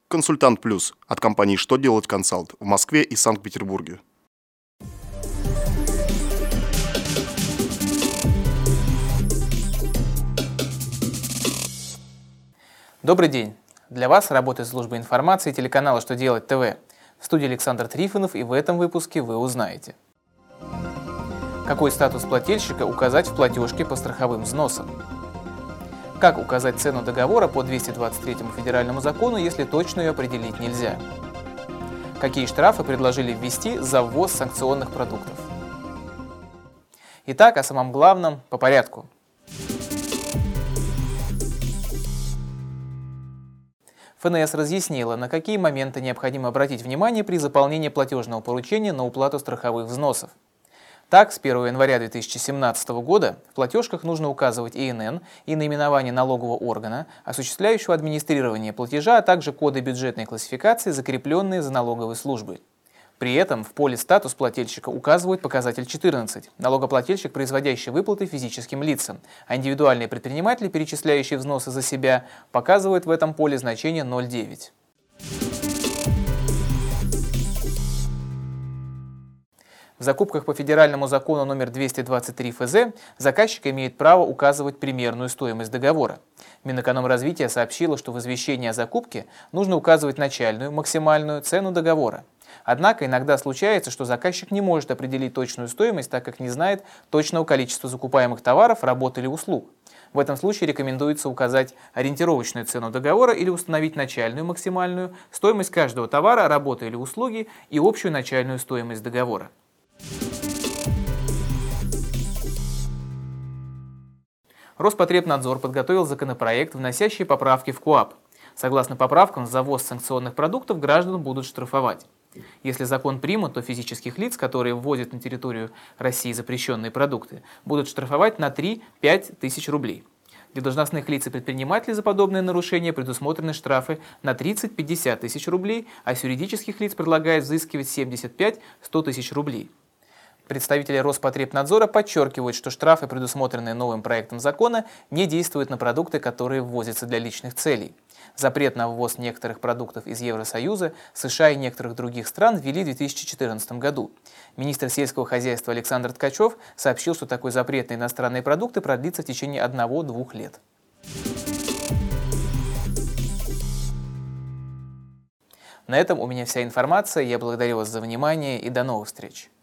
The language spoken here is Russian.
Консультант Плюс от компании «Что делать консалт» в Москве и Санкт-Петербурге. Добрый день! Для вас работает служба информации телеканала «Что делать ТВ». В студии Александр Трифонов, и в этом выпуске вы узнаете: какой статус плательщика указать в платежке по страховым взносам? Как указать цену договора по 223 федеральному закону, если точно ее определить нельзя? Какие штрафы предложили ввести за ввоз санкционных продуктов? Итак, о самом главном по порядку. ФНС разъяснила, на какие моменты необходимо обратить внимание при заполнении платежного поручения на уплату страховых взносов. Так, с 1 января 2017 года в платежках нужно указывать ИНН и наименование налогового органа, осуществляющего администрирование платежа, а также коды бюджетной классификации, закрепленные за налоговой службой. При этом в поле «Статус плательщика» указывают показатель 14 – налогоплательщик, производящий выплаты физическим лицам, а индивидуальные предприниматели, перечисляющие взносы за себя, показывают в этом поле значение 0,9. В закупках по федеральному закону номер 223 ФЗ заказчик имеет право указывать примерную стоимость договора. Минэкономразвития сообщило, что в извещении о закупке нужно указывать начальную, максимальную цену договора. Однако иногда случается, что заказчик не может определить точную стоимость, так как не знает точного количества закупаемых товаров, работ или услуг. В этом случае рекомендуется указать ориентировочную цену договора или установить начальную, максимальную, стоимость каждого товара, работы или услуги и общую начальную стоимость договора. Роспотребнадзор подготовил законопроект, вносящий поправки в КоАП. Согласно поправкам, за ввоз санкционных продуктов граждан будут штрафовать. Если закон примут, то физических лиц, которые ввозят на территорию России запрещенные продукты, будут штрафовать на 3-5 тысяч рублей. Для должностных лиц и предпринимателей за подобные нарушения предусмотрены штрафы на 30-50 тысяч рублей, а с юридических лиц предлагают взыскивать 75-100 тысяч рублей. Представители Роспотребнадзора подчеркивают, что штрафы, предусмотренные новым проектом закона, не действуют на продукты, которые ввозятся для личных целей. Запрет на ввоз некоторых продуктов из Евросоюза, США и некоторых других стран ввели в 2014 году. Министр сельского хозяйства Александр Ткачев сообщил, что такой запрет на иностранные продукты продлится в течение 1-2 лет. На этом у меня вся информация. Я благодарю вас за внимание и до новых встреч.